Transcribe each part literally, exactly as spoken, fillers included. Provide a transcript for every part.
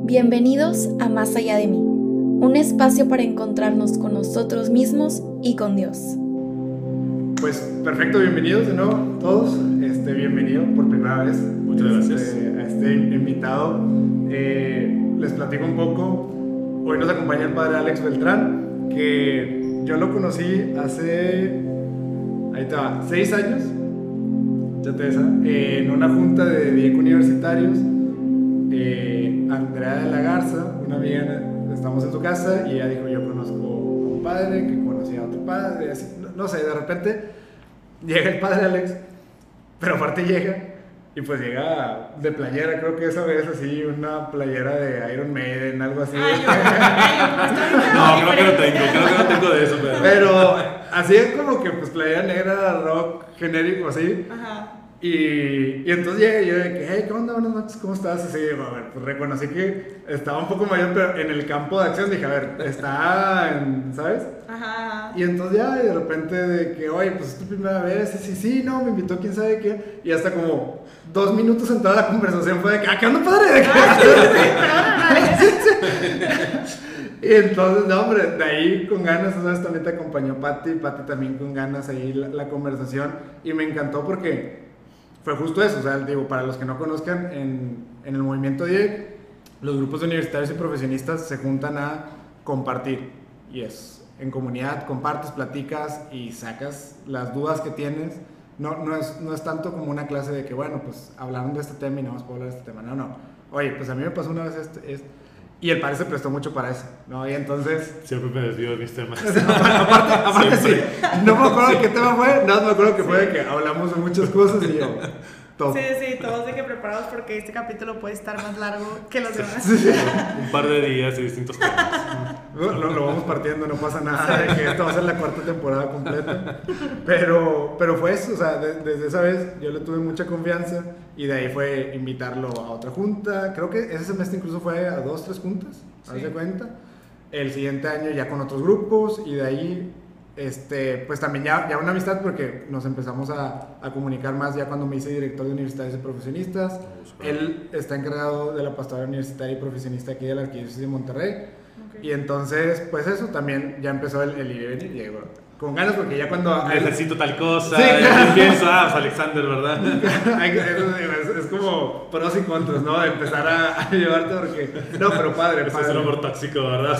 Bienvenidos a Más Allá de Mí, un espacio para encontrarnos con nosotros mismos y con Dios. Pues perfecto, bienvenidos de nuevo todos, este, bienvenido por primera vez. Muchas gracias. Este, a este invitado. Eh, les platico un poco, hoy nos acompaña el padre Alex Beltrán, que yo lo conocí hace, ahí te va, seis años, ya te esa, eh, en una junta de D I E C universitarios. Eh, Andrea de la Garza, una amiga, estamos en su casa y ella dijo: yo conozco a un padre que conocía a otro padre, así, no, no sé, de repente llega el padre Alex, pero aparte llega y pues llega de playera, creo que esa vez así, una playera de Iron Maiden, algo así. Ay, yo, ay, yo, no, creo que no tengo, creo que no tengo de eso, pero, pero así es como que pues playera negra, rock genérico, así. Ajá. Y, y entonces llegué y yo de que, hey, ¿qué onda? Buenas noches, ¿cómo estás? Así, a ver, pues reconocí que estaba un poco mayor, pero en el campo de acción dije, a ver, está en, ¿sabes? Ajá. Y entonces ya, y de repente de que, oye, pues es tu primera vez, sí, sí, no, me invitó quién sabe qué, y hasta como dos minutos en toda la conversación fue de que, ¿ah, qué onda, padre? ¿De qué? Y entonces, no, hombre, de ahí con ganas, ¿sabes? También te acompañó Pati, Pati también con ganas ahí la, la conversación, y me encantó porque fue justo eso, o sea, digo, para los que no conozcan, en, en el movimiento D I E C, los grupos de universitarios y profesionistas se juntan a compartir, y es en comunidad, compartes, platicas y sacas las dudas que tienes. No, no, es, no es tanto como una clase de que, bueno, pues hablaron de este tema y no más puedo hablar de este tema, no, no. Oye, pues a mí me pasó una vez este, este y el padre se prestó mucho para eso, ¿no? Y entonces... Siempre me desvío de mis temas. aparte, aparte sí, no me acuerdo de qué tema fue, nada, me acuerdo que fue de que hablamos de muchas cosas y yo... Todo. Sí, sí, todos de que preparados porque este capítulo puede estar más largo que los demás. Sí, sí. Un par de días y distintos temas. Lo, lo, lo vamos partiendo, no pasa nada, de que esta va a ser la cuarta temporada completa. Pero, pero fue eso, o sea, de, desde esa vez yo le tuve mucha confianza y de ahí fue invitarlo a otra junta. Creo que ese semestre incluso fue a dos, tres juntas, sí. ¿Haz de cuenta? El siguiente año ya con otros grupos y de ahí... Este, pues también ya, ya una amistad porque nos empezamos a, a comunicar más ya cuando me hice director de universitarios y profesionistas. Oh, él está encargado de la pastoral universitaria y profesionista aquí de la Arquidiócesis de Monterrey. Okay. Y entonces, pues eso también ya empezó el, el ir y venir. Y digo, con ganas porque ya cuando... Necesito tal cosa, sí, ya empiezo, ah, pues Alexander, ¿verdad? es, es como pros y contras, ¿no? De empezar a, a llevarte porque... No, pero padre, Eso padre. es un amor tóxico, ¿verdad?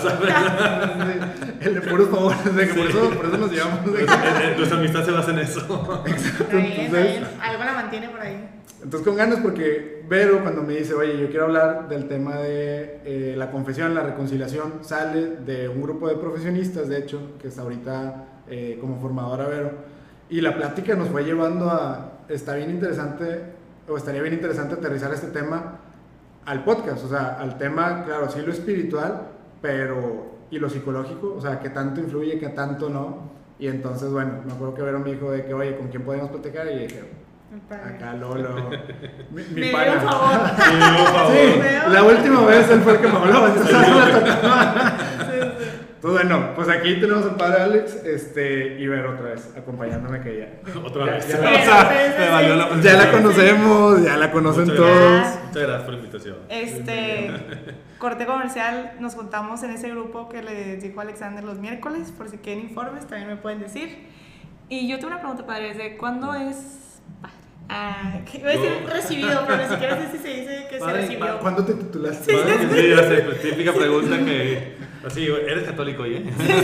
Sí, el de puros favores, de que por eso, por eso nos llevamos. De que... Nuestra amistad se basa en eso. Exacto. Ahí, entonces, algo la mantiene por ahí. Entonces con ganas porque Vero cuando me dice, oye, yo quiero hablar del tema de eh, la confesión, la reconciliación, sale de un grupo de profesionistas, de hecho, que está ahorita eh, como formadora Vero, y la plática nos fue llevando a, está bien interesante, o estaría bien interesante aterrizar este tema al podcast, o sea, al tema, claro, sí lo espiritual, pero, y lo psicológico, o sea, que tanto influye, que tanto no, y entonces, bueno, me acuerdo que Vero me dijo de que, oye, ¿con quién podemos platicar? Y dije, acá Lolo, mi, mi me pana. dio un favor. Me dio un favor. Sí, la última vez él fue el que me habló, entonces no la tocaba. Sí, sí. Entonces, bueno, pues aquí tenemos al padre Alex, este, y Ver otra vez, acompañándome que ya. Otra ya, vez. Ya, o ya, sea, me valió la ya la conocemos, ya la conocen Muchas todos. gracias. Muchas gracias por la invitación. Este, corte comercial, nos juntamos en ese grupo que les dijo Alexander los miércoles, por si quieren informes, también me pueden decir. Y yo tengo una pregunta, padre, ¿desde cuándo es padre? Ah, que iba a decir No. recibido, pero ni siquiera sé si se dice que Padre, se recibió. ¿Cuándo te titulaste? Sí, Sí, ya sé, pues, típica pregunta que... Así, ¿eres católico, oye?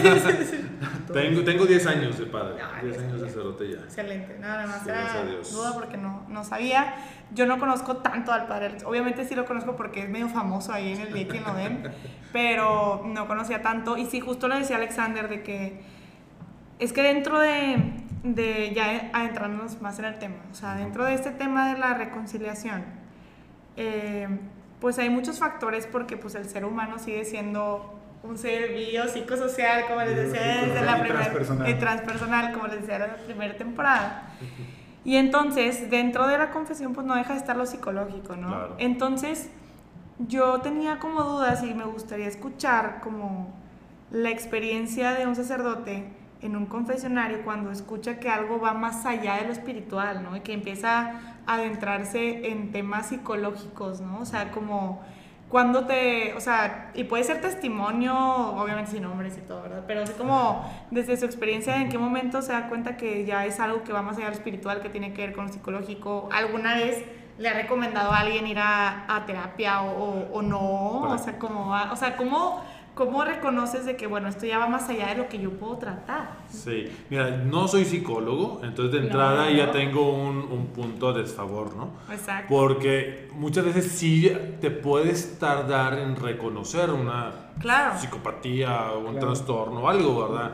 Tengo, tengo diez años de padre, Ah, diez años de sacerdote ya. Excelente, nada más Gracias era a Dios. duda porque no, no sabía. Yo no conozco tanto al padre Alex. Obviamente sí lo conozco porque es medio famoso ahí en el D I E C y en Odem, pero no conocía tanto. Y sí, justo le decía a Alexander de que es que dentro de, de ya adentrarnos más en el tema, o sea, dentro de este tema de la reconciliación, eh, pues hay muchos factores porque pues el ser humano sigue siendo un ser biopsicosocial, como les decía desde la primera, transpersonal. eh, transpersonal, como les decía en la primera temporada. Y entonces, dentro de la confesión, pues no deja de estar lo psicológico, ¿no? Claro. Entonces, yo tenía como dudas y me gustaría escuchar como la experiencia de un sacerdote en un confesionario cuando escucha que algo va más allá de lo espiritual, ¿no? Y que empieza a adentrarse en temas psicológicos, ¿no? O sea, como cuando te, o sea, y puede ser testimonio, obviamente sin nombres y todo, ¿verdad? Pero así como desde su experiencia, ¿en qué momento se da cuenta que ya es algo que va más allá de lo espiritual, que tiene que ver con lo psicológico? ¿Alguna vez le ha recomendado a alguien ir a, a terapia o, o, o no? O sea, ¿cómo va? O sea, ¿cómo, ¿cómo reconoces de que, bueno, esto ya va más allá de lo que yo puedo tratar? Sí, mira, no soy psicólogo, entonces de entrada no, no. ya tengo un, un punto a desfavor, ¿no? Exacto. Porque muchas veces sí te puedes tardar en reconocer una claro. psicopatía o un claro. trastorno o algo, ¿verdad?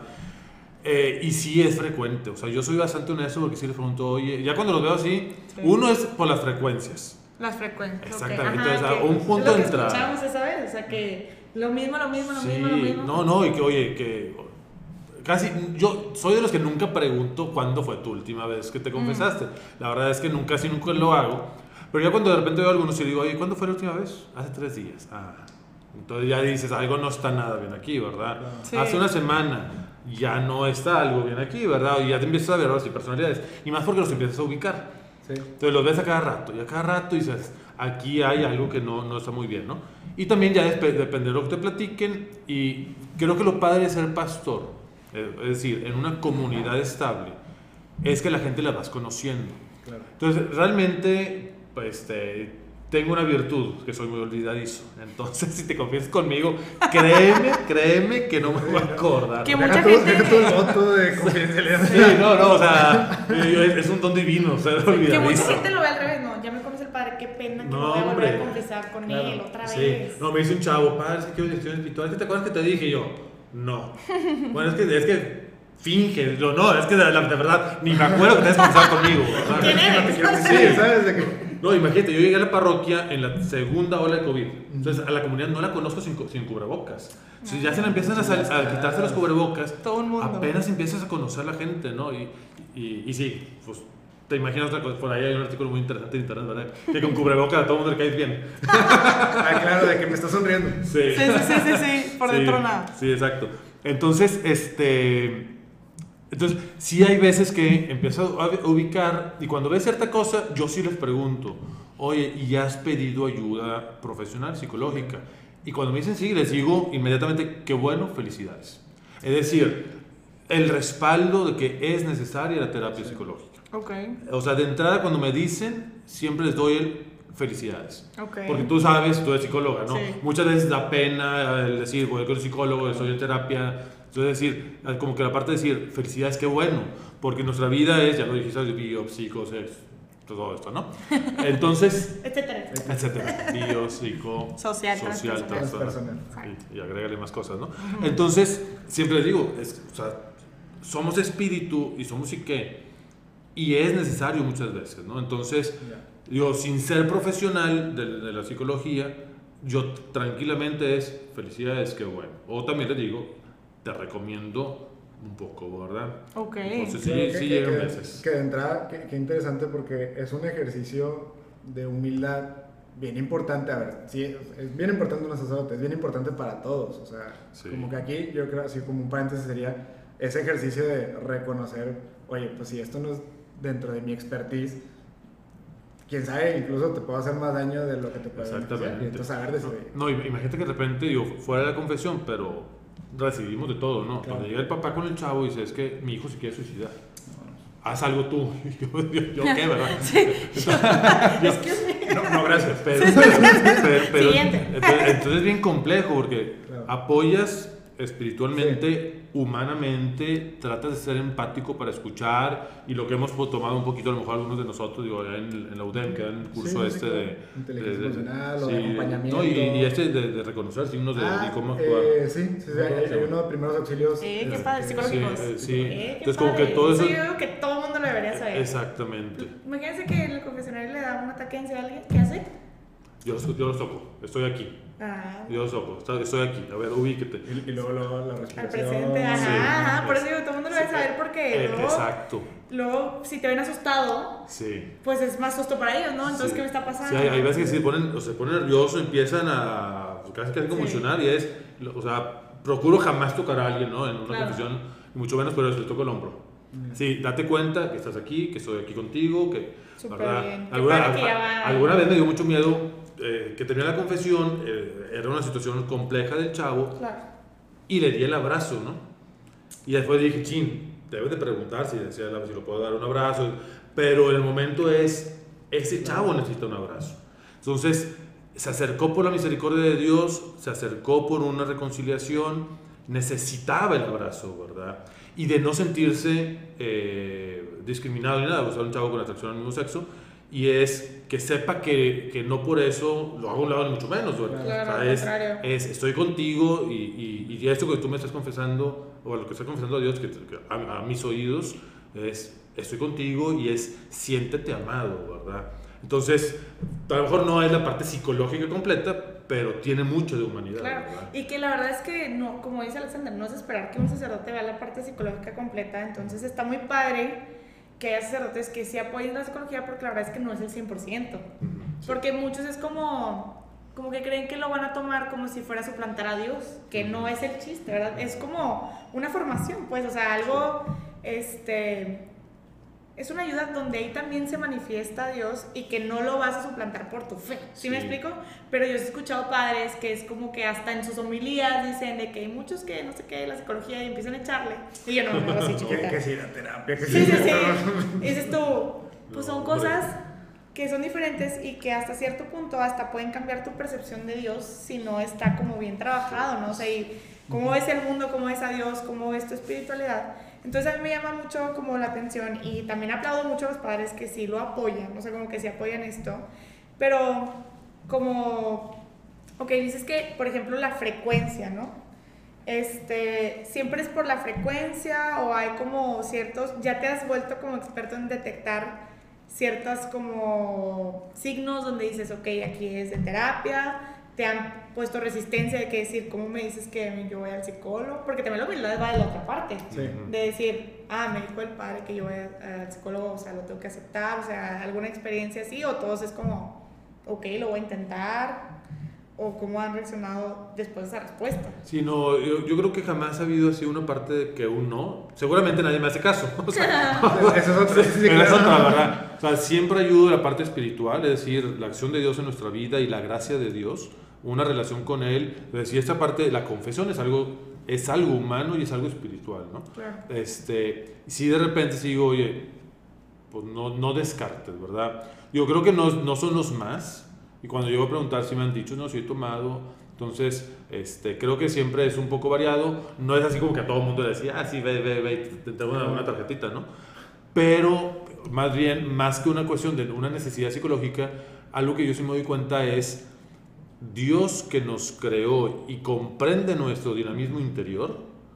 Eh, y sí es frecuente, o sea, yo soy bastante honesto porque sí les pregunto, oye, ya cuando los veo así, sí. uno es por las frecuencias. Las frecuencias, exactamente, okay. entonces Ajá, a un punto de entrada. Es lo que escuchamos esa vez, o sea, que lo mismo, lo mismo, lo sí, mismo, lo mismo. No, no, y que, oye, que casi, yo soy de los que nunca pregunto cuándo fue tu última vez que te confesaste. Mm. La verdad es que nunca, casi nunca lo hago. Pero ya cuando de repente veo a algunos y digo, oye, ¿cuándo fue la última vez? Hace tres días. Ah, entonces ya dices, algo no está nada bien aquí, ¿verdad? Sí. Hace una semana ya no está algo bien aquí, ¿verdad? Y ya te empiezas a ver las personalidades. Y más porque los empiezas a ubicar. Sí. Entonces los ves a cada rato. Y a cada rato dices, aquí hay algo que no, no está muy bien, ¿no? Y también ya dep- depende de lo que te platiquen. Y creo que lo padre de ser pastor, es decir, en una comunidad estable, es que la gente la vas conociendo. Claro. Entonces, realmente, pues, te, tengo una virtud, que soy muy olvidadizo. Entonces, si te confiesas conmigo, créeme, créeme que no me voy a acordar. Que mucha gente... Deja todo el voto de confidencialidad. Sí, no, no, o sea, es un don divino, ser olvidadizo. Que mucha gente lo ve al revés, no, ya me conoce el padre, qué pena que no, no voy a volver a confesar con claro. él otra sí. vez. No, me dice un chavo, padre, es que quiero dirección espiritual, ¿te acuerdas que te dije? Y yo, no. Bueno, es que, es que finge, yo, no, es que de, de verdad, ni me acuerdo que te has confesado conmigo. ¿Quién eres? Sí, ¿sabes? De que... No, imagínate, yo llegué a la parroquia en la segunda ola de COVID. Entonces, a la comunidad no la conozco sin, sin cubrebocas. Si ya se le empiezan a, sal, a quitarse los cubrebocas, todo el mundo. Apenas empiezas a conocer a la gente, ¿no? Y, y, y sí, pues te imaginas otra cosa. Por ahí hay un artículo muy interesante en internet, ¿verdad? Que con cubrebocas a todo el mundo le caes bien. Ah, claro, de que me estás sonriendo. Sí, sí, sí, sí, sí, sí. Por sí, dentro nada. Sí, exacto. Entonces, este. Entonces, sí hay veces que empiezo a ubicar y cuando ves cierta cosa, yo sí les pregunto, oye, ¿y ya has pedido ayuda profesional, psicológica? Y cuando me dicen sí, les digo inmediatamente, qué bueno, felicidades. Es decir, el respaldo de que es necesaria la terapia psicológica. Okay. O sea, de entrada cuando me dicen, siempre les doy el felicidades. Okay. Porque tú sabes, tú eres psicóloga, ¿no? Sí. Muchas veces da pena el decir, voy con el psicólogo, estoy en terapia. Entonces, decir, como que la parte de decir, felicidades, qué bueno, porque nuestra vida es, ya lo dijiste, bio, psico, todo esto, ¿no? Entonces, etcétera, etcétera, bio, psico, social, social, transpersonal. Y, y agrégale más cosas, ¿no? Uh-huh. Entonces, siempre les digo, es, o sea, somos espíritu y somos psique, y es necesario muchas veces, ¿no? Entonces, yeah. yo, sin ser profesional de, de la psicología, yo tranquilamente es, felicidades, qué bueno. O también les digo, te recomiendo un poco, ¿verdad? Ok. Entonces sí, que, sí que, llegan que, veces. Que de entrada, que, que interesante porque es un ejercicio de humildad bien importante. A ver, sí, es bien importante una sacerdote, es bien importante para todos. O sea, sí. como que aquí yo creo, así como un paréntesis sería ese ejercicio de reconocer, oye, pues si esto no es dentro de mi expertise, quién sabe, incluso te puedo hacer más daño de lo que te puede hacer. Exactamente. Entonces, a ver, decir, no, no, imagínate que de repente, digo, fuera de la confesión, pero recibimos de todo, ¿no? Claro. Cuando llega el papá con el chavo y dice, es que mi hijo se quiere suicidar. No. Haz algo tú. Yo, yo, yo ¿qué, verdad? Sí. Entonces, no, no, gracias. Pero, sí, pero, pero, pero Siguiente. Entonces, entonces es bien complejo porque claro. apoyas espiritualmente, sí. humanamente, tratas de ser empático para escuchar y lo que hemos tomado un poquito a lo mejor algunos de nosotros, digo, allá en, en la U D E M que dan el curso sí, este sí, de inteligencia de, emocional de, o de sí, acompañamiento. No, y, y este de, de reconocer signos de, ah, de cómo actuar. Eh, sí, sí, sí, hay, hay uno de primeros auxilios. Eh, qué padre, psicológicos. Sí, sí. Eh, entonces padre. como que todo eso... Yo creo que todo el mundo lo debería saber. Exactamente. Imagínense que el confesionario le da un ataque de ansiedad a alguien, ¿qué hace? Yo, yo lo toco, estoy aquí. Ah. Yo lo toco, estoy aquí, a ver, ubíquete. Y, y luego, luego la respiración. Al presente, ajá, sí, ajá. Por es, eso digo, todo el mundo lo debe sí, saber porque eh, luego, exacto. luego, si te ven asustado, sí. pues es más susto para ellos, ¿no? Entonces, sí. ¿qué me está pasando? Sí, hay, hay veces que se ponen, o se ponen nerviosos, empiezan a casi casi convulsionar sí. y es, o sea, procuro jamás tocar a alguien, ¿no? En una claro. confesión, y mucho menos, pero le toco el hombro. Mm. Sí, date cuenta que estás aquí, que estoy aquí contigo, que... Súper ¿verdad? bien. Alguna, a, a, alguna vez me dio mucho miedo eh, que terminé la confesión, eh, era una situación compleja del chavo, Claro. y le di el abrazo, ¿no? Y después dije, chin, debes de preguntar si, si, si lo puedo dar un abrazo, pero el momento es, ese chavo necesita un abrazo. Entonces, se acercó por la misericordia de Dios, se acercó por una reconciliación, necesitaba el abrazo, ¿verdad? Y de no sentirse eh, discriminado ni nada, o sea, un chavo con atracción al mismo sexo, y es que sepa que, que no por eso lo hago a un lado ni mucho menos, ¿verdad? Claro, o sea, al es, contrario. es, estoy contigo y, y, y esto que tú me estás confesando, o lo que está confesando a Dios que, que a, a mis oídos, es estoy contigo y es siéntete amado, ¿verdad? Entonces, a lo mejor no es la parte psicológica completa, pero tiene mucho de humanidad. Claro, ¿verdad? y que la verdad es que, no, como dice Alexander, no es esperar que un sacerdote vea la parte psicológica completa, entonces está muy padre que haya sacerdotes que sí apoyen la psicología, porque la verdad es que no es el cien por ciento, Uh-huh, sí. porque muchos es como, como que creen que lo van a tomar como si fuera suplantar a Dios, que no es el chiste, ¿verdad? Es como una formación, pues, o sea, algo, este... es una ayuda donde ahí también se manifiesta Dios y que no lo vas a suplantar por tu fe, ¿sí, Sí. me explico? Pero yo he escuchado padres que es como que hasta en sus homilías dicen de que hay muchos que no sé qué, la psicología, y empiezan a echarle, y yo no, no, así Que, chiquita. que sí, la terapia, que Sí, sí. sí, sí, y dices tú, pues son No, cosas que son diferentes y que hasta cierto punto hasta pueden cambiar tu percepción de Dios si no está como bien trabajado, ¿no? O sea, y cómo ves el mundo, cómo ves a Dios, cómo ves tu espiritualidad. Entonces a mí me llama mucho como la atención y también aplaudo mucho a los padres que sí lo apoyan, o sea, como que sí apoyan esto, pero como, ok, dices que, por ejemplo, la frecuencia, ¿no? Este, ¿siempre es por la frecuencia o hay como ciertos, ya te has vuelto como experto en detectar ciertos como signos donde dices, ok, aquí es de terapia, te han puesto resistencia de que decir, ¿cómo me dices que yo voy al psicólogo? Porque también la humildad va de la otra parte, Sí. de decir, ah, me dijo el padre que yo voy al psicólogo, o sea, lo tengo que aceptar, o sea, alguna experiencia así, o todos es como, ok, lo voy a intentar, o cómo han reaccionado después de esa respuesta. Sí, no, yo, yo creo que jamás ha habido así una parte de que un no. Seguramente nadie me hace caso. O sea, Eso es otra. Sí, sí, pero es claro. otra, ¿verdad? O sea, siempre ayudo a la parte espiritual, es decir, la acción de Dios en nuestra vida y la gracia de Dios, una relación con Él. Es decir, esta parte de la confesión es algo, es algo humano y es algo espiritual, ¿no? Claro. Este, si de repente si digo, oye, pues no, no descartes, ¿verdad? Yo creo que no, no son los más. Y cuando llego a preguntar si me han dicho, no, si he tomado, entonces este, creo que siempre es un poco variado, no es así como que a todo el mundo le decía, ah, sí, ve, ve, ve, te tengo una, una tarjetita, ¿no? Pero más bien, más que una cuestión de una necesidad psicológica, algo que yo sí me doy cuenta es Dios que nos creó y comprende nuestro dinamismo interior,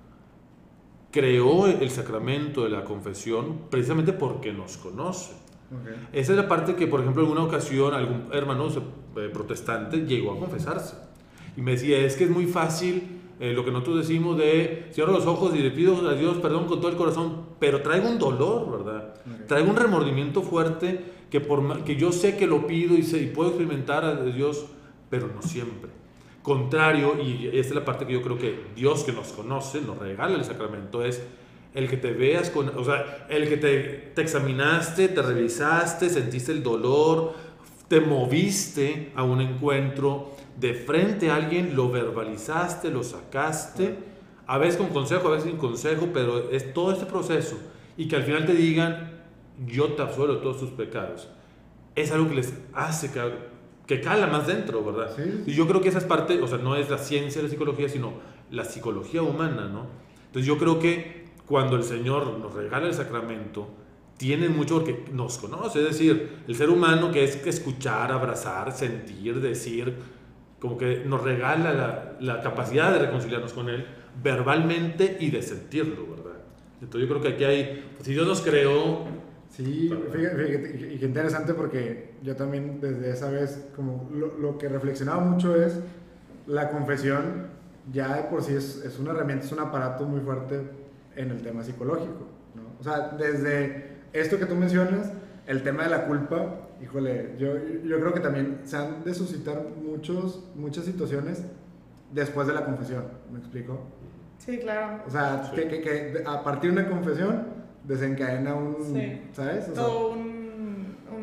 creó el sacramento de la confesión precisamente porque nos conoce. Okay. Esa es la parte que, por ejemplo, en una ocasión algún hermano eh, protestante llegó a confesarse y me decía, es que es muy fácil eh, lo que nosotros decimos de cierro los ojos y le pido a Dios perdón con todo el corazón, pero traigo un dolor, ¿verdad? Okay. Traigo un remordimiento fuerte que, por, que yo sé que lo pido y, sé, y puedo experimentar a Dios, pero no siempre. Contrario, y esta es la parte que yo creo que Dios que nos conoce, nos regala el sacramento, es el que te veas con, o sea, el que te, te examinaste, te revisaste, sentiste el dolor, te moviste a un encuentro de frente a alguien, lo verbalizaste, lo sacaste, a veces con consejo, a veces sin consejo, pero es todo este proceso y que al final te digan, yo te absuelvo todos tus pecados, es algo que les hace que, que cala más dentro, ¿verdad? Sí. Y yo creo que esa es parte, o sea, no es la ciencia de la psicología, sino la psicología humana, ¿no? Entonces yo creo que cuando el Señor nos regala el sacramento, tiene mucho porque nos conoce, es decir, el ser humano que es escuchar, abrazar, sentir, decir, como que nos regala la, la capacidad de reconciliarnos con Él verbalmente y de sentirlo, ¿verdad? Entonces yo creo que aquí hay, pues, si Dios nos creó... Sí, fíjate, fíjate, y qué interesante porque yo también desde esa vez, como lo, lo que reflexionaba mucho es la confesión, ya de por sí es, es una herramienta, es un aparato muy fuerte en el tema psicológico, ¿no? O sea, desde esto que tú mencionas, el tema de la culpa, híjole, yo, yo creo que también se han de suscitar muchos, muchas situaciones después de la confesión, ¿me explico? Sí, claro. O sea, sí. que, que, que a partir de una confesión desencadena un, sí. ¿sabes? O Todo sea, un, un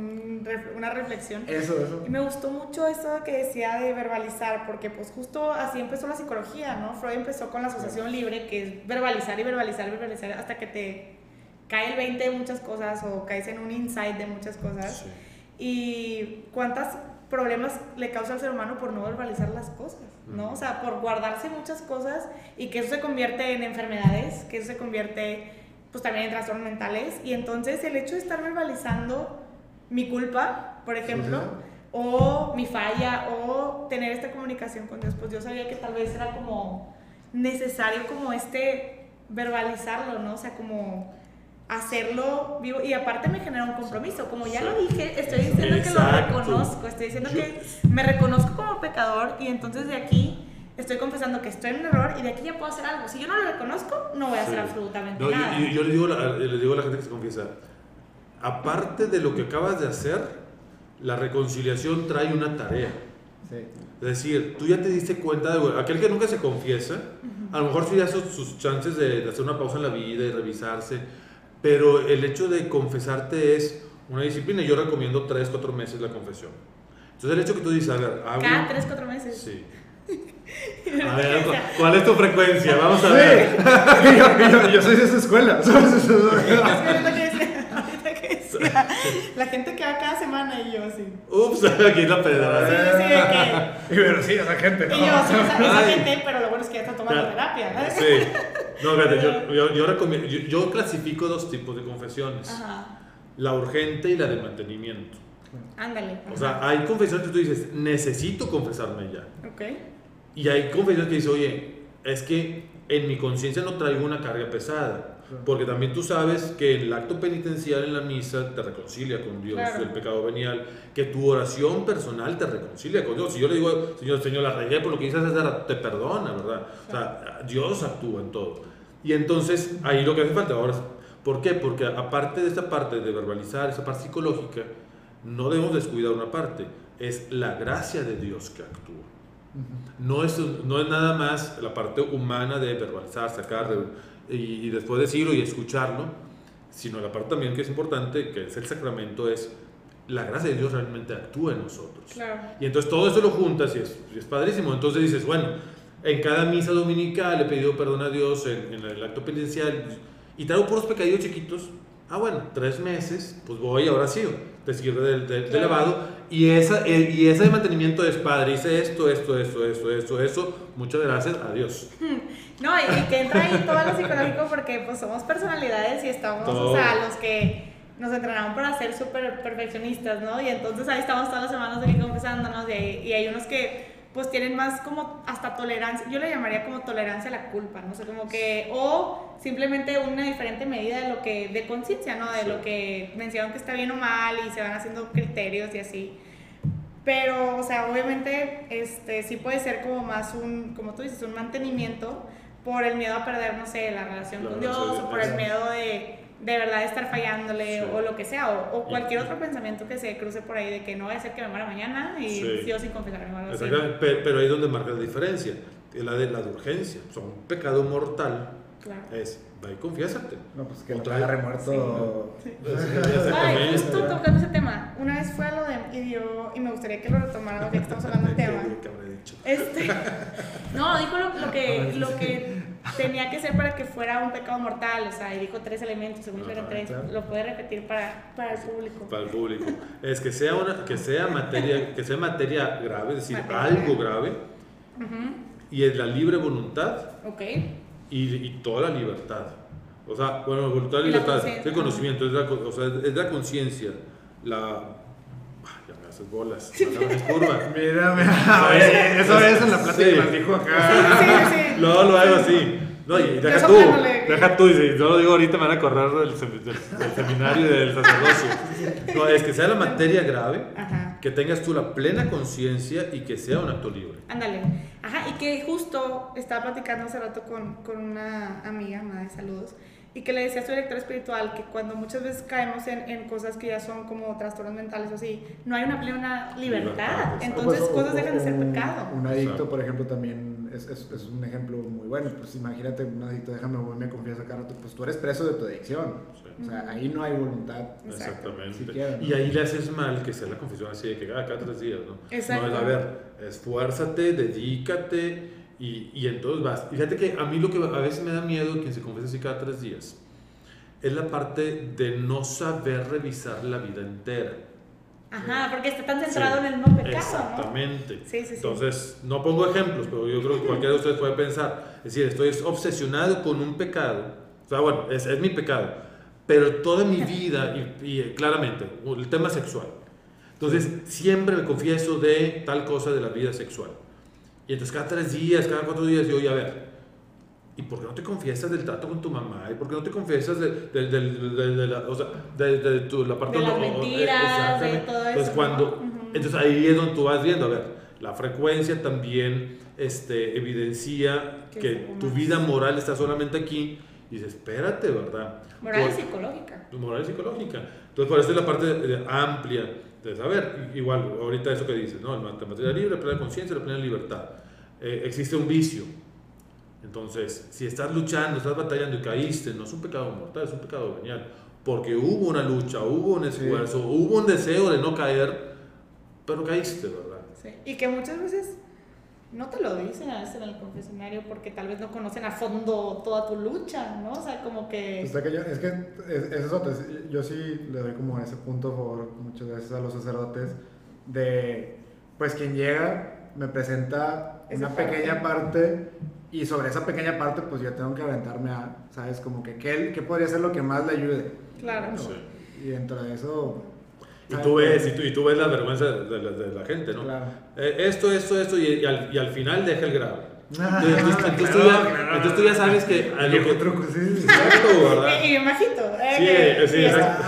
un, una reflexión. Eso, eso. Y me gustó mucho eso que decía de verbalizar, porque pues justo así empezó la psicología, ¿no? Freud empezó con la asociación libre, que es verbalizar y verbalizar y verbalizar hasta que te cae el veinte de muchas cosas o caes en un insight de muchas cosas. Sí. Y cuántos problemas le causa al ser humano por no verbalizar las cosas, ¿no? O sea, por guardarse muchas cosas y que eso se convierte en enfermedades, que eso se convierte pues también en trastornos mentales. Y entonces el hecho de estar verbalizando mi culpa, por ejemplo, sí, sí. o mi falla, o tener esta comunicación con Dios, pues yo sabía que tal vez era como necesario como este verbalizarlo, ¿no? O sea, como hacerlo vivo, y aparte me genera un compromiso, como ya sí. lo dije, estoy diciendo Exacto. que lo reconozco, estoy diciendo yo... que me reconozco como pecador, y entonces de aquí estoy confesando que estoy en un error, y de aquí ya puedo hacer algo. Si yo no lo reconozco, no voy a hacer sí. absolutamente no, nada. Yo, yo, yo le, digo la, le digo a la gente que se confiesa, aparte de lo que acabas de hacer, la reconciliación trae una tarea. Sí. Es decir, tú ya te diste cuenta de aquel que nunca se confiesa, uh-huh. a lo mejor sí da sus, sus chances de, de hacer una pausa en la vida y revisarse, pero el hecho de confesarte es una disciplina. Yo recomiendo tres, cuatro meses la confesión. Entonces el hecho que tú dices, a ver, hago... ¿Cada tres, cuatro meses? Sí. A ver, ¿cuál es tu frecuencia? Vamos a ver. Sí. yo, yo, yo soy de esa escuela. Es que que decía, que decía, la gente que va cada semana y yo así. Ups, aquí es la pedra. Sí, sí, de que... Pero sí, esa gente, ¿no? Y yo, sí, esa, esa gente, pero lo bueno es que ya está tomando terapia, ¿no? Sí. No, fíjate, yo, yo, yo, recomiendo, yo, yo clasifico dos tipos de confesiones. Ajá. La urgente y la de mantenimiento. Ándale. O sea, hay confesiones que tú dices, necesito confesarme ya. Ok. Y hay confesiones que dices, oye, es que en mi conciencia no traigo una carga pesada. Porque también tú sabes que el acto penitencial en la misa te reconcilia con Dios, claro. el pecado venial, que tu oración personal te reconcilia con Dios. Si yo le digo, Señor, Señor, la regué por lo que hice hace rato, te perdona, ¿verdad? O sea, Dios actúa en todo. Y entonces, ahí lo que hace falta ahora, ¿por qué? Porque aparte de esta parte de verbalizar, esa parte psicológica, no debemos descuidar una parte, es la gracia de Dios que actúa. No es, no es nada más la parte humana de verbalizar, sacar y, y después decirlo y escucharlo, sino la parte también que es importante, que es el sacramento, es la gracia de Dios realmente actúa en nosotros. Claro. Y entonces todo eso lo juntas y es, y es padrísimo. Entonces dices, bueno, en cada misa dominical he pedido perdón a Dios en, en el acto penitencial y traigo puros pecadillos chiquitos. Ah, bueno, tres meses, pues voy ahora sí, te sirve del de, de claro. elevado. Y, esa, y ese mantenimiento es, Padre, hice esto, esto, esto, esto, esto, eso. Muchas gracias, adiós. No, y, y que entra ahí todo lo psicológico porque pues somos personalidades y estamos, todo. O sea, los que nos entrenaron para ser súper perfeccionistas, ¿no? Y entonces ahí estamos todas las semanas aquí confesándonos y hay, y hay unos que pues tienen más como hasta tolerancia, yo le llamaría como tolerancia a la culpa, no sé, como que, o simplemente una diferente medida de lo que, de conciencia, ¿no? De sí. lo que mencionan que está bien o mal y se van haciendo criterios y así. Pero, o sea, obviamente, este, sí puede ser como más un, como tú dices, un mantenimiento por el miedo a perder, no sé, la relación la con Dios, o por el miedo de, de verdad estar fallándole, sí. o lo que sea, o, o cualquier otro pensamiento que se cruce por ahí de que no vaya a ser que me muera mañana y sí, sí o sí confesarme o algo así. Pero, pero ahí es donde marca la diferencia, es la de la de urgencia. O sea, un pecado mortal claro. es, va y confiésate. No, pues que lo traiga remuerto. Sí, no. sí. Ay, justo tocando ese tema, una vez fue a lo de, y, dio, y me gustaría que lo retomáramos ya que estamos hablando del tema. ¿Qué habré dicho? Este, no, dijo lo, lo, que, lo que tenía que ser para que fuera un pecado mortal, o sea, y dijo tres elementos, según eran tres, claro. Lo puede repetir para, para el público. Para el público. Es que sea, una, que sea, materia, que sea materia grave, es decir, materia algo grave, uh-huh. y es la libre voluntad, okay. y, y toda la libertad. O sea, bueno, voluntad y libertad, el conocimiento, es la, o sea, es la conciencia, la... Ya me haces bolas, no me curva. Mira, mira, eso es en la plática que nos dijo acá. Sí, sí, sí. No, lo hago así. No, y deja tú, deja tú, y si no lo digo ahorita me van a correr del, del, del seminario y del sacerdocio. No, es que sea la materia grave, ajá. que tengas tú la plena conciencia y que sea un acto libre. Ándale. Ajá, y que justo estaba platicando hace rato con, con una amiga, madre, saludos, y que le decía a su director espiritual que cuando muchas veces caemos en, en cosas que ya son como trastornos mentales o así, no hay una plena libertad, libertad entonces pues, cosas o, dejan de ser pecado. Un adicto, por ejemplo, también es, es, es un ejemplo muy bueno. Pues imagínate, un adicto, déjame, voy, me confieso cada rato, pues tú eres preso de tu adicción. Sí. O sea, ahí no hay voluntad. Exactamente. Siquiera, ¿no? Y ahí le haces mal que sea la confesión así de que ah, cada tres días, ¿no? Exacto. No, es, a ver, esfuérzate, dedícate y, y entonces vas. Y fíjate que a mí lo que a veces me da miedo quien se confiesa así cada tres días es la parte de no saber revisar la vida entera. Ajá, porque está tan centrado Sí, en el no pecado, exactamente. ¿no? Sí, sí, sí. Entonces, no pongo ejemplos, pero yo creo que cualquiera de ustedes puede pensar, es decir, estoy obsesionado con un pecado, o sea, bueno, es, es mi pecado, pero toda mi vida, y, y claramente, el tema sexual. Entonces, siempre me confieso de tal cosa de la vida sexual. Y entonces cada tres días, cada cuatro días, yo, oye, a ver, ¿y por qué no te confiesas del trato con tu mamá? ¿Y por qué no te confiesas de, de, de, de, de la, o sea, de, de, de tu, la parte de las no, mentiras, de todo eso? Entonces, cuando, ¿no? Uh-huh. entonces ahí es donde tú vas viendo, a ver, la frecuencia también este, evidencia que, que tu vida moral está solamente aquí. Y dices, espérate, ¿verdad? Moral por, y psicológica. Moral y psicológica. Entonces, por eso es la parte de, de, amplia. Entonces, a ver, igual, ahorita eso que dices, ¿no? La materia libre, la plena conciencia, la plena libertad. Eh, existe un vicio. Entonces, si estás luchando, estás batallando y caíste, no es un pecado mortal, es un pecado venial. Porque hubo una lucha, hubo un esfuerzo, sí. hubo un deseo de no caer, pero caíste, ¿verdad? Sí. Y que muchas veces no te lo dicen a veces en el confesionario porque tal vez no conocen a fondo toda tu lucha, ¿no? O sea, como que... Pues que yo, es que es, es eso, yo sí le doy como ese punto a favor muchas veces a los sacerdotes de, pues quien llega me presenta esa una parte. pequeña parte y sobre esa pequeña parte pues yo tengo que aventarme a, ¿sabes? Como que qué, qué podría ser lo que más le ayude. Claro. Bueno, sí. Y dentro de eso... Y tú, ves, y, tú, y tú ves la vergüenza de la, de la gente, ¿no? Claro. Eh, esto, esto, esto, y, y, al, y al final deja el grave. Ah, entonces, entonces, entonces, claro, tú ya, claro. entonces tú ya sabes que... A lo que truco, sí, sí. Exacto, ¿verdad? Y, y bajito. Eh, Sí, que, sí, y exacto.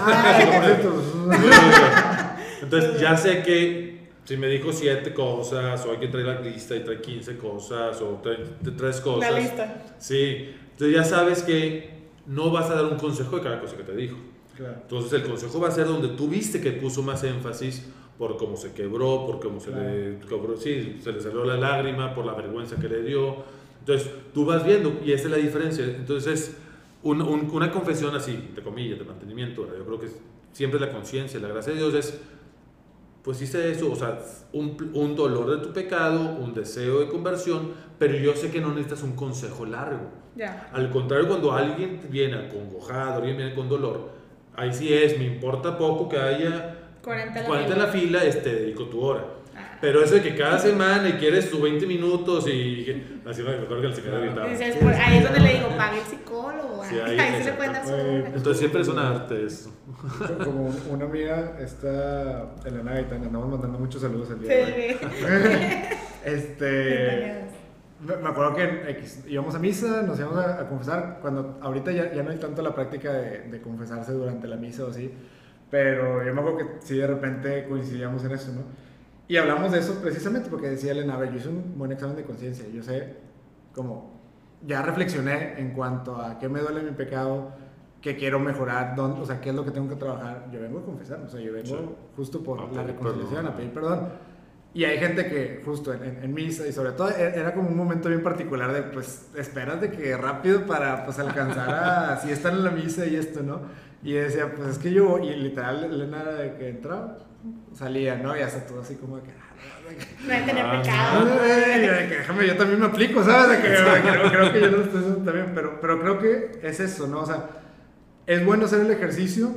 Ah, entonces ya sé que si me dijo siete cosas, o hay que traer la lista y trae quince cosas, o trae tres cosas. La lista. Sí, entonces ya sabes que no vas a dar un consejo de cada cosa que te dijo. Claro. Entonces el consejo va a ser donde tú viste que puso más énfasis por cómo se quebró, por cómo se claro. le quebró, sí, se le salió la lágrima, por la vergüenza que le dio. Entonces tú vas viendo y esa es la diferencia. Entonces un, un, una confesión así, entre comillas, de mantenimiento, yo creo que siempre la conciencia, la gracia de Dios es, pues hice eso, o sea, un, un dolor de tu pecado, un deseo de conversión, pero yo sé que no necesitas un consejo largo. Yeah. Al contrario, cuando alguien viene acongojado, alguien viene con dolor, ahí sí es, me importa poco que haya cuarenta en la, cuarenta en la fila, este, dedico tu hora. Ah. Pero eso de que cada semana y quieres tus veinte minutos y así me recuerdo que el señor gritaba. Dices, pues, ahí es donde le digo, pague el psicólogo. Sí, ahí, ahí se le pueden dar su hora. Entonces siempre es un arte eso. Como una amiga, está Elena Gaitán, andamos mandando muchos saludos el día de hoy. Sí. este... Me, me acuerdo que X, íbamos a misa, nos íbamos a, a confesar, cuando ahorita ya, ya no hay tanto la práctica de, de confesarse durante la misa o así, pero yo me acuerdo que sí de repente coincidíamos en eso, ¿no? Y hablamos de eso precisamente porque decía Elena, a ver, yo hice un buen examen de conciencia, yo sé, como, ya reflexioné en cuanto a qué me duele mi pecado, qué quiero mejorar, dónde, o sea, qué es lo que tengo que trabajar, yo vengo a confesar, o sea, yo vengo sí. justo por a la reconciliación, perdón. a pedir perdón. Y hay gente que justo en, en, en misa y sobre todo era como un momento bien particular de pues esperas de que rápido para pues alcanzar a si están en la misa y esto, ¿no? Y decía pues es que yo, y literal Elena era de que entraba, salía, ¿no? Y hasta todo así como de que... No hay que tener pecado. Ay, de que déjame, yo también me aplico, ¿sabes? De que creo, creo que yo no lo estoy haciendo también, pero, pero creo que es eso, ¿no? O sea, es bueno hacer el ejercicio,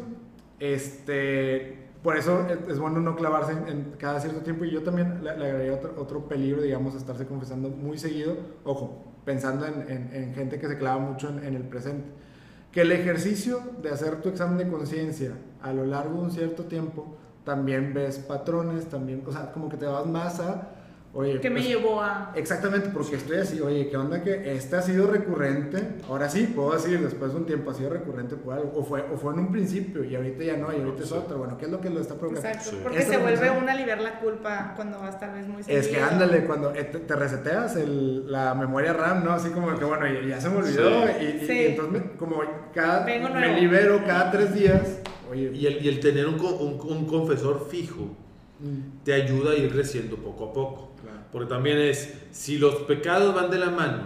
este... Por eso es bueno no clavarse en, en cada cierto tiempo, y yo también le, le agregué otro, otro peligro, digamos, estarse confesando muy seguido, ojo, pensando en, en, en gente que se clava mucho en, en el presente, que el ejercicio de hacer tu examen de conciencia a lo largo de un cierto tiempo, también ves patrones, también, o sea, como que te vas más a, oye, ¿qué me pues, llevó a...? Exactamente, porque estoy así, oye, ¿qué onda que este ha sido recurrente? Ahora sí, puedo decir, después de un tiempo ha sido recurrente por algo, o fue, o fue en un principio y ahorita ya no, y ahorita es otro, bueno, ¿qué es lo que lo está provocando? Exacto, sí. porque Esta se vuelve función, una liberar la culpa cuando vas tal vez muy seguido. es que ándale, cuando te, te reseteas el, la memoria RAM, ¿no? Así como que, bueno, ya, ya se me olvidó, sí. y, y, Sí. y entonces me, como cada, Vengo me nuevo. libero cada tres días, oye. Y el, y el tener un, un, un confesor fijo mm, te ayuda a ir creciendo poco a poco. claro. Porque también es, si los pecados van de la mano,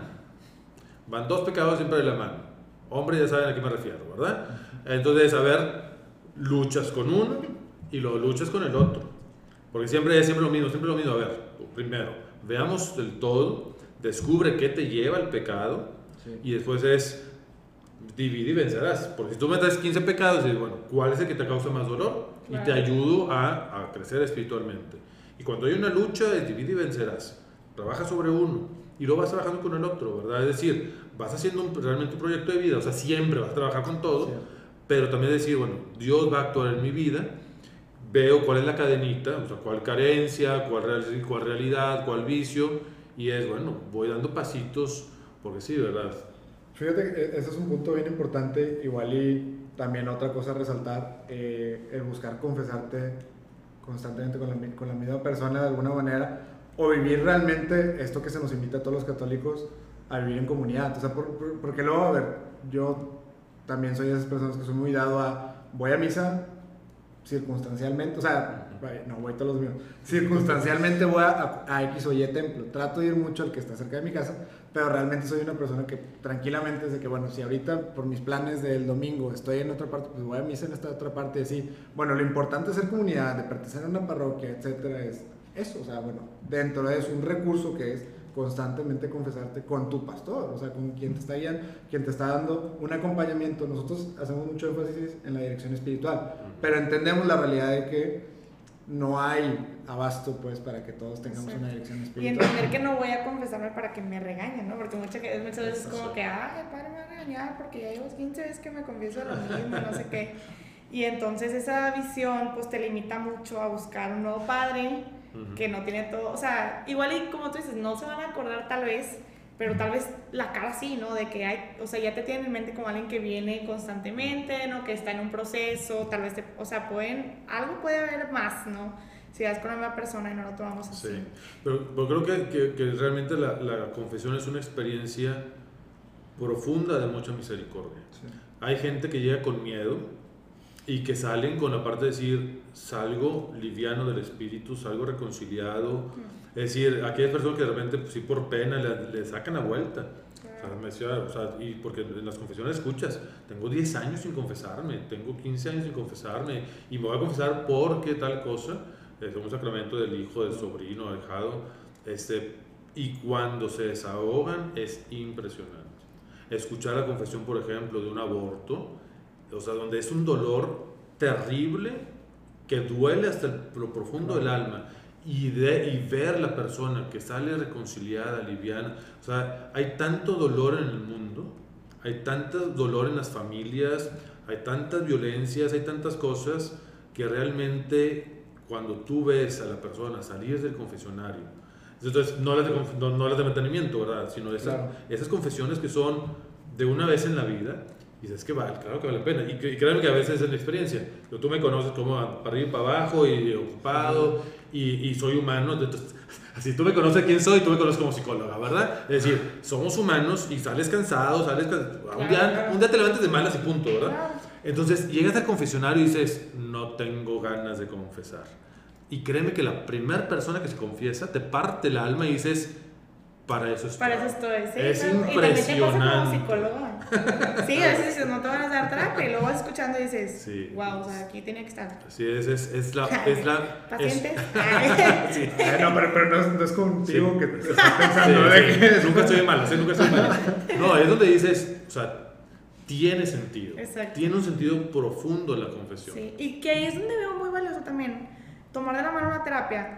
van dos pecados siempre de la mano. Hombres ya saben a qué me refiero, ¿verdad? Entonces, a ver, luchas con uno y lo luchas con el otro. Porque siempre es siempre lo mismo, siempre lo mismo. A ver, primero, veamos el todo, descubre qué te lleva al pecado, sí. Y después es divide y vencerás. Porque si tú metes quince pecados, dices, bueno, ¿cuál es el que te causa más dolor? Claro. Y te ayudo a, a crecer espiritualmente. Y cuando hay una lucha, es divide y vencerás. Trabaja sobre uno y luego vas trabajando con el otro, ¿verdad? Es decir, vas haciendo un, realmente un proyecto de vida, o sea, siempre vas a trabajar con todo, sí. Pero también decir, bueno, Dios va a actuar en mi vida, veo cuál es la cadenita, o sea, cuál carencia, cuál, real, cuál realidad, cuál vicio, y es, bueno, voy dando pasitos, porque sí, ¿verdad? Fíjate que ese es un punto bien importante, igual y también otra cosa a resaltar, eh, el buscar confesarte constantemente con la, con la misma persona de alguna manera, o vivir realmente esto que se nos invita a todos los católicos a vivir en comunidad. O sea, por, por, porque luego, a ver, yo también soy de esas personas que soy muy dado a, voy a misa circunstancialmente, o sea, no voy todos los míos, circunstancialmente voy a, a, a X o Y templo, trato de ir mucho al que está cerca de mi casa, pero realmente soy una persona que tranquilamente desde que, bueno, si ahorita por mis planes del domingo estoy en otra parte, pues voy a misa en esta otra parte, y así, bueno, lo importante de ser comunidad, de pertenecer a una parroquia, etcétera, es eso, o sea, bueno, dentro de eso un recurso que es constantemente confesarte con tu pastor, o sea, con quien te está guiando, quien te está dando un acompañamiento. Nosotros hacemos mucho énfasis en la dirección espiritual, pero entendemos la realidad de que no hay abasto, pues, para que todos tengamos, sí, una dirección espiritual. Y entender que no voy a confesarme para que me regañen, ¿no? Porque muchas, muchas veces es como que, ay, el padre me va a regañar porque ya llevo quince veces que me confieso lo mismo, no sé qué. Y entonces esa visión, pues, te limita mucho a buscar un nuevo padre, uh-huh, que no tiene todo, o sea, igual y como tú dices, no se van a acordar tal vez, pero tal vez la cara sí, ¿no? De que hay, o sea, ya te tienen en mente como alguien que viene constantemente, ¿no? Que está en un proceso, tal vez, te, o sea, pueden, algo puede haber más, ¿no? Si vas con la misma persona y no lo tomamos así. Sí, pero, pero creo que, que, que realmente la, la confesión es una experiencia profunda de mucha misericordia. Sí. Hay gente que llega con miedo y que salen con la parte de decir, salgo liviano del espíritu, salgo reconciliado. Mm. Es decir, aquellas personas que de repente, pues, sí, por pena le, le sacan la vuelta. Yeah. O sea, me decía, o sea, y porque en las confesiones escuchas, tengo diez años sin confesarme, tengo quince años sin confesarme, y me voy a confesar porque tal cosa, es un sacramento del hijo, del sobrino, del ahijado, este, y cuando se desahogan es impresionante. Escuchar la confesión, por ejemplo, de un aborto, o sea, donde es un dolor terrible que duele hasta el, lo profundo del alma, y, de, y ver la persona que sale reconciliada, liviana, o sea, hay tanto dolor en el mundo, hay tanto dolor en las familias, hay tantas violencias, hay tantas cosas que realmente cuando tú ves a la persona salir del confesionario, entonces no las de, no, no las de mantenimiento, ¿verdad? Sino esas, claro, esas confesiones que son de una vez en la vida. Y dices que vale, claro que vale la pena. Y, y créanme que a veces es la experiencia. Yo, tú me conoces como para arriba y para abajo, y ocupado, y, y soy humano. Entonces, así tú me conoces quién soy, tú me conoces como psicóloga, ¿verdad? Es decir, somos humanos y sales cansado, sales cansado. Un, día, un día te levantas de malas y punto, ¿verdad? Entonces llegas al confesionario y dices, no tengo ganas de confesar. Y créeme que la primera persona que se confiesa te parte el alma y dices, para eso estoy. Para eso estoy, sí. Es ¿no? impresionante. Y también te pasa como psicóloga. Sí, a veces dices, no te van a dar terapia, y luego vas escuchando y dices, sí, wow, o sea, aquí tiene que estar. Así es, es, es la... Es la ¿Pacientes? Es, sí. Ay, no, pero, pero no, es, no es contigo, sí, que te estás pensando, sí, de sí. que... Nunca estoy mal, ¿sí? Nunca estoy mal. No, es donde dices, o sea, tiene sentido. Exacto. Tiene un sentido profundo la confesión. Sí, y que ahí es donde veo muy valioso también tomar de la mano una terapia.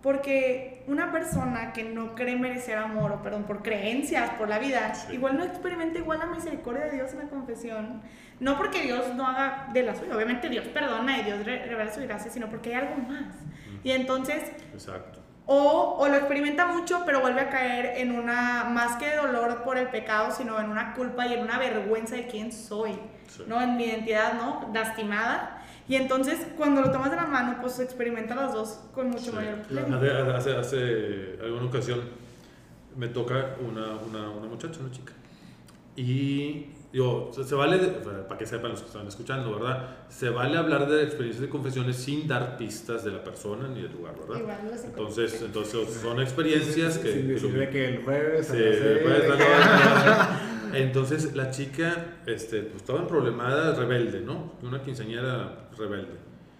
Porque una persona que no cree merecer amor, o perdón, por creencias, por la vida, sí, igual no experimenta igual la misericordia de Dios en la confesión. No porque Dios no haga de la suya, obviamente Dios perdona y Dios re revela su gracia, sino porque hay algo más. Mm. Y entonces, exacto, o, o lo experimenta mucho, pero vuelve a caer en una, más que de dolor por el pecado, sino en una culpa y en una vergüenza de quién soy, sí, ¿no? En mi identidad, ¿no? Lastimada. Y entonces, cuando lo tomas de la mano, pues experimenta las dos con mucho, sí, mayor plenitud. Hace, hace, hace alguna ocasión me toca una, una, una muchacha, una chica, Y digo, se, se vale, de, para que sepan los que están escuchando, ¿verdad? Se vale hablar de experiencias de confesiones sin dar pistas de la persona ni del lugar, ¿verdad? Igual los Entonces, entonces son experiencias que... Sin decirle que el jueves... Sí, a las seis- el jueves, la- entonces la chica, este, pues estaba problemada, rebelde, ¿no? Una quinceañera rebelde.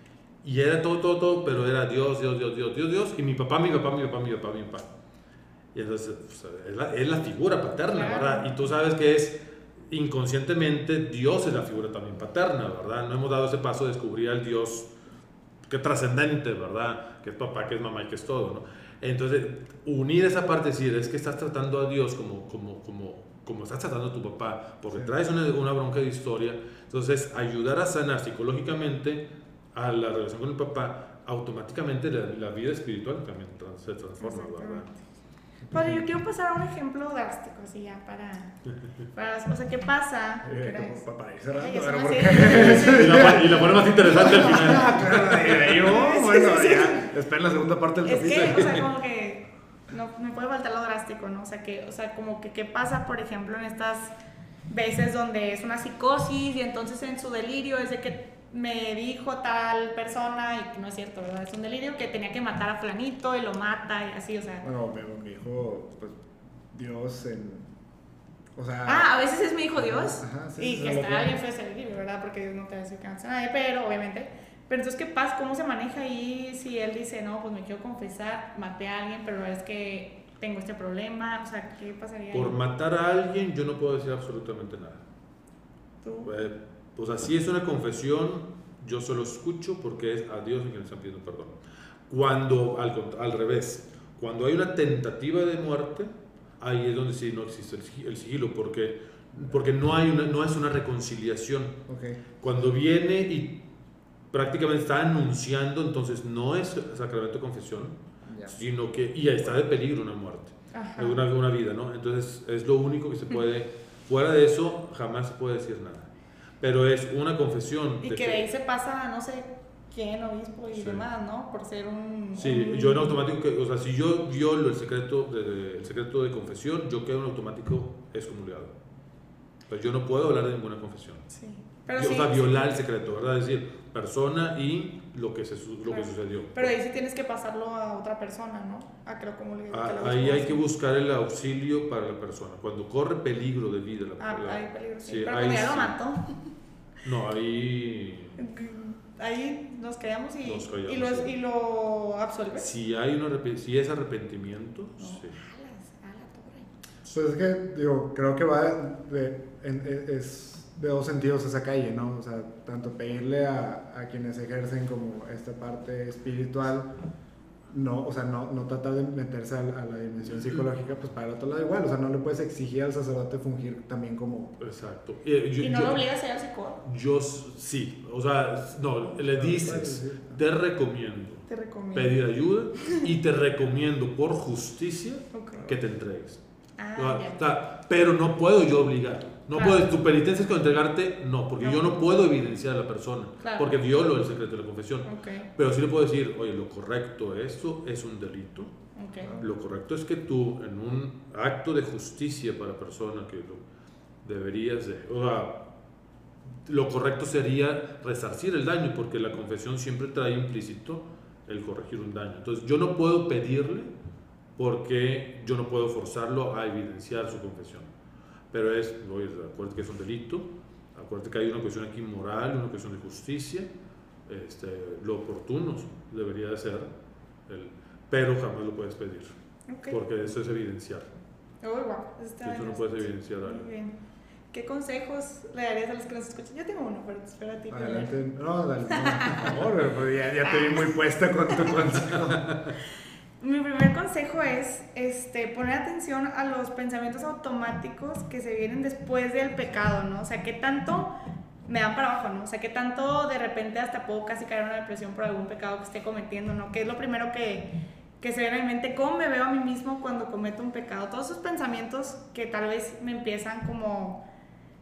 Y era todo, todo, todo, pero era Dios, Dios, Dios, Dios, Dios, Dios, y mi papá, mi papá, mi papá, mi papá, mi papá. Y entonces pues, es, la, es la figura paterna, Claro. ¿verdad? Y tú sabes que es, inconscientemente, Dios es la figura también paterna, ¿verdad? No hemos dado ese paso de descubrir al Dios que trascendente, ¿verdad? Que es papá, que es mamá y que es todo, ¿no? Entonces, unir esa parte, decir, es que estás tratando a Dios como, como, como, como estás tratando a tu papá, porque Sí. traes una, una bronca de historia. Entonces, ayudar a sanar psicológicamente a la relación con el papá, automáticamente la, la vida espiritual también trans- se transforma, ¿verdad? Padre, yo quiero pasar a un ejemplo drástico, así ya para, para o sea, ¿qué pasa? ¿Qué Eh, hora como es? para- para ir Ay, cerrando, ya pero son ¿por las qué? seis. Y la, y la pone más interesante al final. Ah, claro, y de ahí, oh, bueno, ya, esperen la segunda parte del Es que, capítulo. o sea, como que no me puede faltar lo drástico, ¿no? O sea, que, o sea, como que qué pasa, por ejemplo, en estas veces donde es una psicosis y entonces en su delirio es de que me dijo tal persona y que no es cierto, ¿verdad? Es un delirio que tenía que matar a flanito y lo mata y así, o sea. Bueno, pero me dijo, pues, Dios en... O sea... Ah, a veces es mi hijo Dios. Ajá, sí, y sí, que sí, lo está creo. bien feo ese delirio, ¿verdad? Porque Dios no te va a decir que no hace nadie, pero obviamente. Pero entonces, ¿qué pasa? ¿Cómo se maneja ahí si él dice, no, pues me quiero confesar, maté a alguien, pero es que tengo este problema? O sea, ¿qué pasaría Por ahí? matar a alguien, yo no puedo decir absolutamente nada. ¿Tú? Eh, pues así es una confesión, yo solo escucho porque es a Dios en quien le están pidiendo perdón. Cuando, al, cont- al revés, cuando hay una tentativa de muerte, ahí es donde sí no existe el, sig- el sigilo, porque, porque no, hay una, no es una reconciliación. Ok. Cuando viene y prácticamente está anunciando, entonces no es sacramento de confesión, Ya. sino que y está de peligro una muerte, Ajá. una, una vida, ¿no? Entonces es lo único que se puede, fuera de eso jamás se puede decir nada. Pero es una confesión. Y de que de ahí se pasa a no sé quién, obispo y Sí. demás, ¿no? Por ser un... Sí, un- yo en automático, que, o sea, si yo violo el secreto de, el secreto de confesión, yo quedo en automático excomulgado. Pues yo no puedo hablar de ninguna confesión. Sí. Pero Yo, sí, o sea, sí. violar el secreto, ¿verdad? Es decir, persona y lo que, se, su- lo que Claro. sucedió. Pero ahí sí tienes que pasarlo a otra persona, ¿no? A que lo comulgue. Ah, que lo ahí hay desconozca. que buscar el auxilio para la persona. Cuando corre peligro de vida la Ah, la- hay peligro, sí. sí, Pero ahí cuando ya lo sí. mató, No, ahí ahí nos quedamos y, Nos callamos, y, lo, sí. y lo absolve. si hay un arrepe- si es arrepentimiento, No, sí. alas, a la torre. Pues es que, digo, creo que va de, en- en- es de dos sentidos esa calle, ¿no? O sea, tanto pedirle a, a quienes ejercen como esta parte espiritual, no, o sea, no, no tratar de meterse a, la- a la dimensión psicológica, pues para el otro lado igual, o sea, no le puedes exigir al sacerdote fungir también como... Exacto. Eh, yo- Y no yo- lo obligas a ir al psicólogo. Yo s- sí, o sea, no, le Ah, dices, puedes decir. te recomiendo Te recomiendo. pedir ayuda y te recomiendo por justicia Ok. que te entregues. Ah, O sea, ya. o sea, pero no puedo yo obligar. No Claro. puedo, tu penitencia es con entregarte, no, porque No. yo no puedo evidenciar a la persona, Claro. porque violo el secreto de la confesión. Ok, Pero sí le puedo decir, oye, lo correcto, esto es un delito. ok. Lo correcto es que tú, en un acto de justicia para la persona, que lo deberías de... O sea, lo correcto sería resarcir el daño, porque la confesión siempre trae implícito el corregir un daño. Entonces, yo no puedo pedirle porque yo no puedo forzarlo a evidenciar su confesión. Pero es, oye, acuérdate que es un delito, acuérdate que hay una cuestión aquí moral, una cuestión de justicia, este, lo oportuno debería de ser, el, pero jamás lo puedes pedir, Ok. porque eso es evidenciar. Uy, guau, eso está Sí, tú bien. no puedes evidenciar algo. Muy bien. ¿Qué consejos le darías a los que nos escuchan? Yo tengo uno, pero espera a ti. primero. Adelante, no, dale, no, por favor, pues ya, ya te vi muy puesta con tu consejo. Mi primer consejo es este, poner atención a los pensamientos automáticos que se vienen después del pecado, ¿no? O sea, qué tanto me dan para abajo, ¿no? O sea, qué tanto de repente hasta puedo casi caer en una depresión por algún pecado que esté cometiendo, ¿no? Que es lo primero que, que se viene a mi mente, cómo me veo a mí mismo cuando cometo un pecado. Todos esos pensamientos que tal vez me empiezan como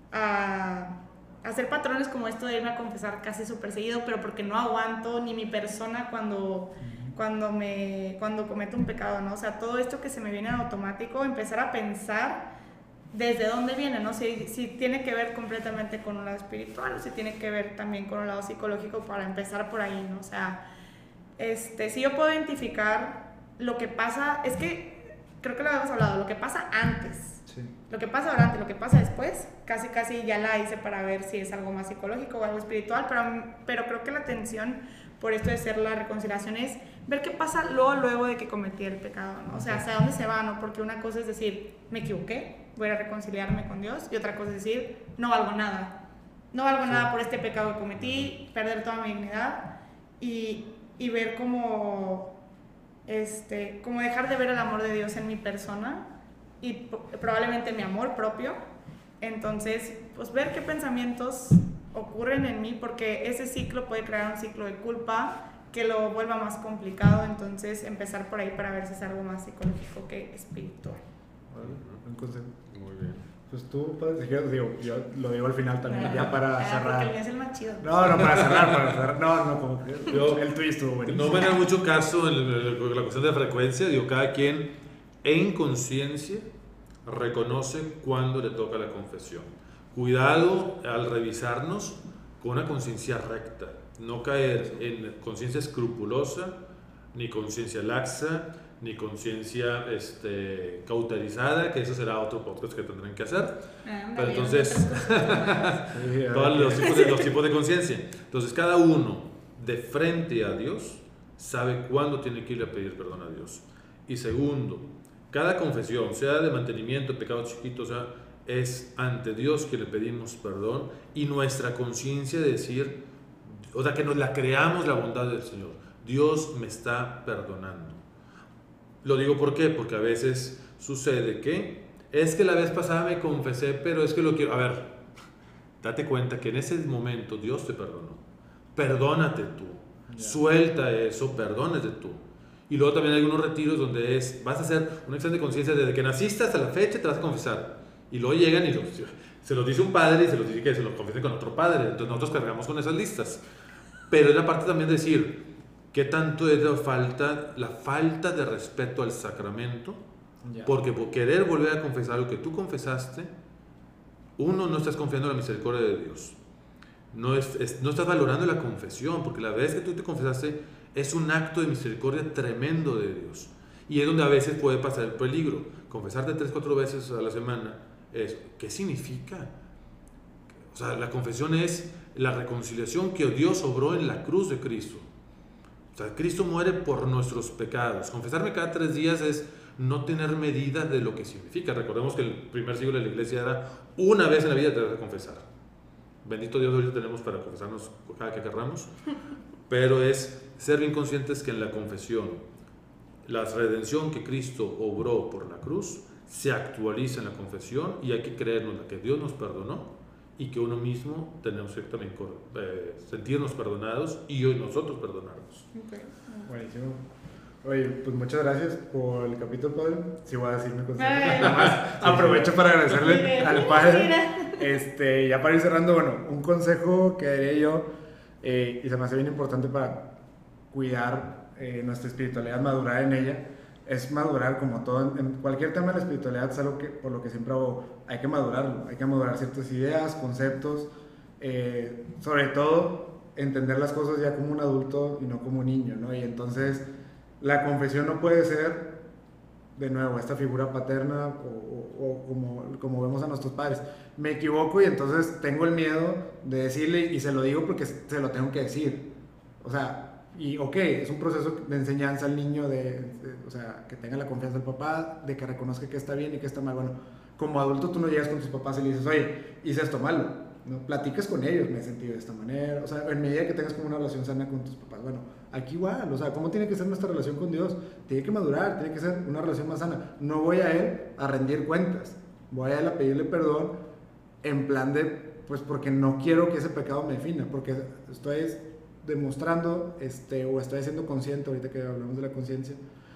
a hacer patrones como esto de irme a confesar casi súper seguido, pero porque no aguanto ni mi persona cuando... cuando me cuando cometo un pecado, ¿no? O sea, todo esto que se me viene en automático, empezar a pensar desde dónde viene, ¿no? Si, si tiene que ver completamente con un lado espiritual o si tiene que ver también con un lado psicológico, para empezar por ahí, ¿no? O sea, este, si yo puedo identificar lo que pasa, es que creo que lo habíamos hablado, lo que pasa antes, sí. Lo que pasa durante, lo que pasa después, casi casi ya la hice para ver si es algo más psicológico o algo espiritual, pero, pero creo que la atención por esto de ser la reconciliación es ver qué pasa luego, luego de que cometí el pecado, ¿no? O sea, hacia dónde se va, ¿no? Porque una cosa es decir, me equivoqué, voy a reconciliarme con Dios, y otra cosa es decir, no valgo nada, no valgo sí. nada por este pecado que cometí, perder toda mi dignidad, y, y ver cómo, este, como dejar de ver el amor de Dios en mi persona, y probablemente mi amor propio. Entonces, pues ver qué pensamientos ocurren en mí, porque ese ciclo puede crear un ciclo de culpa que lo vuelva más complicado. Entonces, empezar por ahí para ver si es algo más psicológico que espiritual. Vale, buen consejo. Muy bien. Pues tú, padre, si quieres, digo, yo lo digo al final también, ah, ya para ah, cerrar. Porque el mío es el más chido. No, no, para cerrar, para cerrar. No, no, como que yo, el tuyo estuvo buenísimo. No me hagan mucho caso en la cuestión de frecuencia. Digo, cada quien en conciencia reconoce cuando le toca la confesión. Cuidado al revisarnos con una conciencia recta, no caer en conciencia escrupulosa, ni conciencia laxa, ni conciencia este, cauterizada, que eso será otro podcast que tendrán que hacer. Ah, pero entonces, todos los tipos de, los tipos de conciencia. Entonces, cada uno de frente a Dios sabe cuándo tiene que ir a pedir perdón a Dios. Y segundo, cada confesión, sea de mantenimiento, pecado chiquito, o sea, es ante Dios que le pedimos perdón, y nuestra conciencia de decir, o sea, que nos la creamos la bondad del Señor. Dios me está perdonando. Lo digo ¿por qué? Porque a veces sucede que es que la vez pasada me confesé, pero es que lo quiero. A ver, date cuenta que en ese momento Dios te perdonó. Perdónate tú. Yeah. Suelta eso, perdónate tú. Y luego también hay algunos retiros donde es, vas a hacer un examen de conciencia desde que naciste hasta la fecha, te vas a confesar. Y luego llegan y los, se los dice un padre y se los dice que se los confiesen con otro padre. Entonces nosotros cargamos con esas listas. Pero es la parte también de decir, ¿qué tanto es la falta, la falta de respeto al sacramento? Yeah. Porque por querer volver a confesar lo que tú confesaste, uno, no estás confiando en la misericordia de Dios. No, es, es, no estás valorando la confesión, porque la vez que tú te confesaste es un acto de misericordia tremendo de Dios. Y es donde a veces puede pasar el peligro. Confesarte tres, cuatro veces a la semana, es, ¿qué significa? O sea, la confesión es la reconciliación que Dios obró en la cruz de Cristo. O sea, Cristo muere por nuestros pecados. Confesarme cada tres días es no tener medida de lo que significa. Recordemos que el primer siglo de la iglesia era una vez en la vida te vas a confesar. Bendito Dios, hoy tenemos para confesarnos cada que querramos. Pero es ser bien conscientes que en la confesión la redención que Cristo obró por la cruz se actualiza en la confesión, y hay que creernos la que Dios nos perdonó y que uno mismo tenemos que también eh, sentirnos perdonados y hoy nosotros perdonarnos. Okay. Buenísimo. Oye, pues muchas gracias por el capítulo, padre. Sí, voy a decirme cosas. Nada más aprovecho para agradecerle al padre. Este, ya para ir cerrando, bueno, un consejo que daría yo, eh, y se me hace bien importante para cuidar eh, nuestra espiritualidad, madurar en ella, es madurar como todo, en, en cualquier tema de la espiritualidad es algo que, por lo que siempre hago, hay que madurarlo, hay que madurar ciertas ideas, conceptos, eh, sobre todo entender las cosas ya como un adulto y no como un niño, ¿no? Y entonces la confesión no puede ser, de nuevo, esta figura paterna o, o, o como, como vemos a nuestros padres. Me equivoco y entonces tengo el miedo de decirle, y se lo digo porque se lo tengo que decir. O sea, y ok, es un proceso de enseñanza al niño, de, de, o sea, que tenga la confianza del papá, de que reconozca que está bien y que está mal. Bueno, como adulto tú no llegas con tus papás y le dices, oye, hice esto malo, ¿no? Platicas con ellos, me he sentido de esta manera, o sea, en medida que tengas como una relación sana con tus papás. Bueno, aquí igual, o sea, ¿cómo tiene que ser nuestra relación con Dios? Tiene que madurar, tiene que ser una relación más sana. No voy a Él a rendir cuentas, voy a Él a pedirle perdón en plan de, pues porque no quiero que ese pecado me defina, porque estoy demostrando, este, o estoy siendo consciente, ahorita que hablamos de la conciencia,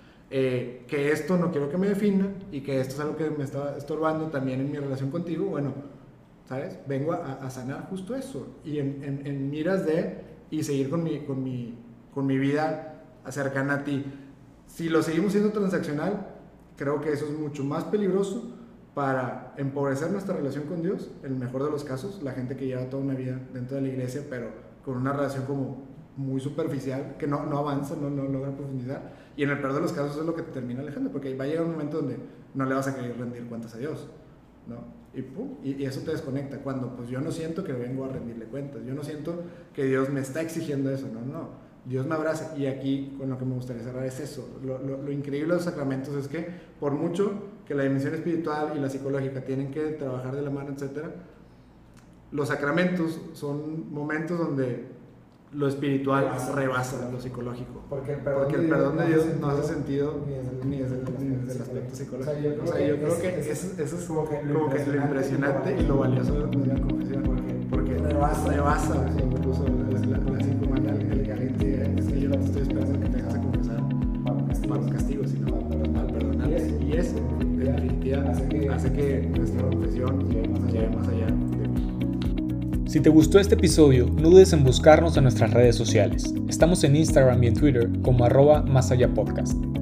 eh, que esto no quiero que me defina y que esto es algo que me está estorbando también en mi relación contigo. Bueno, ¿sabes? Vengo a, a sanar justo eso y en, en, en miras de y seguir con mi, con, mi, con mi vida cercana a ti. Si lo seguimos siendo transaccional, creo que eso es mucho más peligroso para empobrecer nuestra relación con Dios, en el mejor de los casos, la gente que lleva toda una vida dentro de la iglesia, pero con una relación como muy superficial, que no, no avanza, no, no logra profundizar, y en el peor de los casos es lo que te termina alejando, porque va a llegar un momento donde no le vas a querer rendir cuentas a Dios, ¿no? Y, pum, y, y eso te desconecta, cuando pues yo no siento que vengo a rendirle cuentas, yo no siento que Dios me está exigiendo eso, no, no, Dios me abraza. Y aquí con lo que me gustaría cerrar es eso, lo, lo, lo increíble de los sacramentos es que por mucho que la dimensión espiritual y la psicológica tienen que trabajar de la mano, etcétera, los sacramentos son momentos donde lo espiritual rebasa lo psicológico, porque el perdón, porque el perdón de Dios no hace sentido ni desde el, ni desde el aspecto psicológico. O sea, yo, o sea, yo creo que eso, eso es como que lo impresionante y lo valioso de la confesión, porque rebasa, rebasa incluso la, la, la psique humana, el caliente. Es que yo no estoy esperando que te vengas a confesar para un castigo, sino para perdonarte, y eso en definitiva hace que nuestra confesión lleve más allá de mí. Si te gustó este episodio, no dudes en buscarnos en nuestras redes sociales. Estamos en Instagram y en Twitter como arroba más allá podcast.